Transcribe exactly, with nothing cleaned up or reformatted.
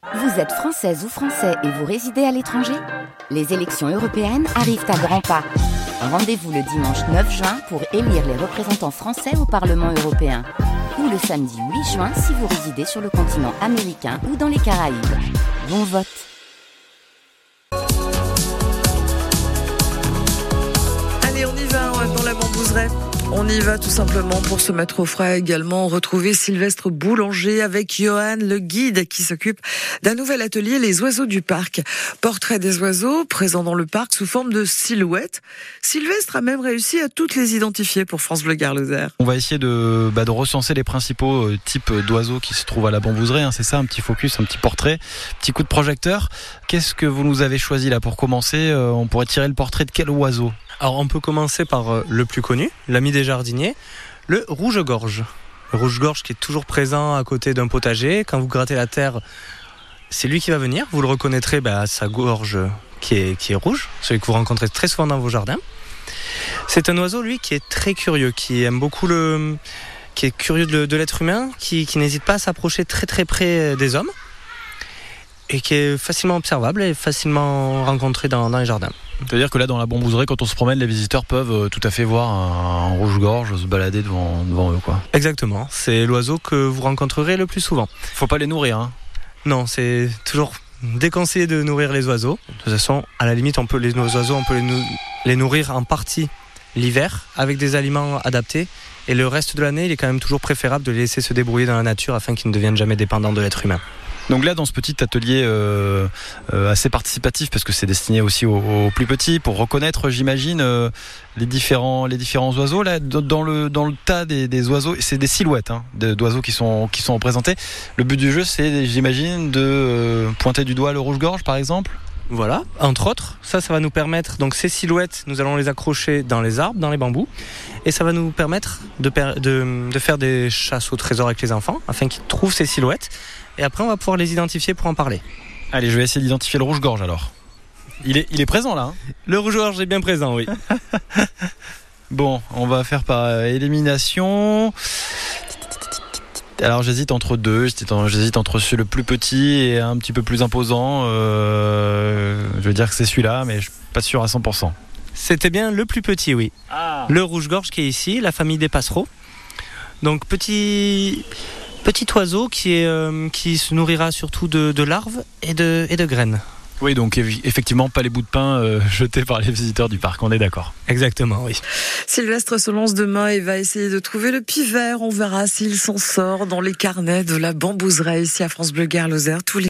Vous êtes française ou français et vous résidez à l'étranger ? Les élections européennes arrivent à grands pas. Rendez-vous le dimanche neuf juin pour élire les représentants français au Parlement européen. Ou le samedi huit juin si vous résidez sur le continent américain ou dans les Caraïbes. Bon vote! Allez, on y va dans la Bambouseraie. On y va tout simplement pour se mettre au frais également. Retrouver Sylvestre Boulanger avec Johan, le guide qui s'occupe d'un nouvel atelier, les oiseaux du parc. Portrait des oiseaux présents dans le parc sous forme de silhouettes. Sylvestre a même réussi à toutes les identifier pour France Bleu Gare-Lozère. On va essayer de, bah, de recenser les principaux euh, types d'oiseaux qui se trouvent à la Bambouseraie. Hein, c'est ça, un petit focus, un petit portrait, petit coup de projecteur. Qu'est-ce que vous nous avez choisi là pour commencer? euh, On pourrait tirer le portrait de quel oiseau? Alors on peut commencer par le plus connu, l'ami des jardiniers, le rouge-gorge. Le rouge-gorge qui est toujours présent à côté d'un potager. Quand vous grattez la terre, c'est lui qui va venir. Vous le reconnaîtrez bah, à sa gorge qui est, qui est rouge, celui que vous rencontrez très souvent dans vos jardins. C'est un oiseau, lui, qui est très curieux, qui aime beaucoup le... qui est curieux de, de l'être humain, qui, qui n'hésite pas à s'approcher très très près des hommes et qui est facilement observable et facilement rencontré dans, dans les jardins. C'est-à-dire que là, dans la Bambouseraie, quand on se promène, les visiteurs peuvent tout à fait voir un, un rouge-gorge se balader devant, devant eux, quoi. Exactement, c'est l'oiseau que vous rencontrerez le plus souvent. Faut pas les nourrir, hein. Non, c'est toujours déconseillé de nourrir les oiseaux. De toute façon, à la limite, on peut les, nos oiseaux, on peut les, nou- les nourrir en partie l'hiver avec des aliments adaptés. Et le reste de l'année, il est quand même toujours préférable de les laisser se débrouiller dans la nature afin qu'ils ne deviennent jamais dépendants de l'être humain. Donc là, dans ce petit atelier euh, euh, assez participatif, parce que c'est destiné aussi aux, aux plus petits, pour reconnaître, j'imagine, euh, les différents les différents oiseaux. Là, dans le dans le tas des, des oiseaux, c'est des silhouettes hein, d'oiseaux qui sont qui sont représentés. Le but du jeu, c'est, j'imagine, de euh, pointer du doigt le rouge-gorge, par exemple. Voilà, entre autres, ça, ça va nous permettre, donc ces silhouettes, nous allons les accrocher dans les arbres, dans les bambous, et ça va nous permettre de, per- de, de faire des chasses au trésor avec les enfants, afin qu'ils trouvent ces silhouettes, et après on va pouvoir les identifier pour en parler. Allez, je vais essayer d'identifier le rouge-gorge alors. Il est, il est présent là, hein. Le rouge-gorge est bien présent, oui. Bon, on va faire par élimination. Alors j'hésite entre deux, j'hésite entre celui le plus petit et un petit peu plus imposant. Euh, je veux dire que c'est celui-là, mais je suis pas sûr à cent pour cent. C'était bien le plus petit, oui. Ah. Le rouge-gorge qui est ici, la famille des passereaux. Donc petit, petit oiseau qui, est, euh, qui se nourrira surtout de, de larves et de, et de graines. Oui, donc effectivement, pas les bouts de pain euh, jetés par les visiteurs du parc, on est d'accord. Exactement, oui. Sylvestre se lance demain et va essayer de trouver le pivert. On verra s'il s'en sort dans les carnets de la Bambouseraie ici à France Bleu Gare-Lozère tous les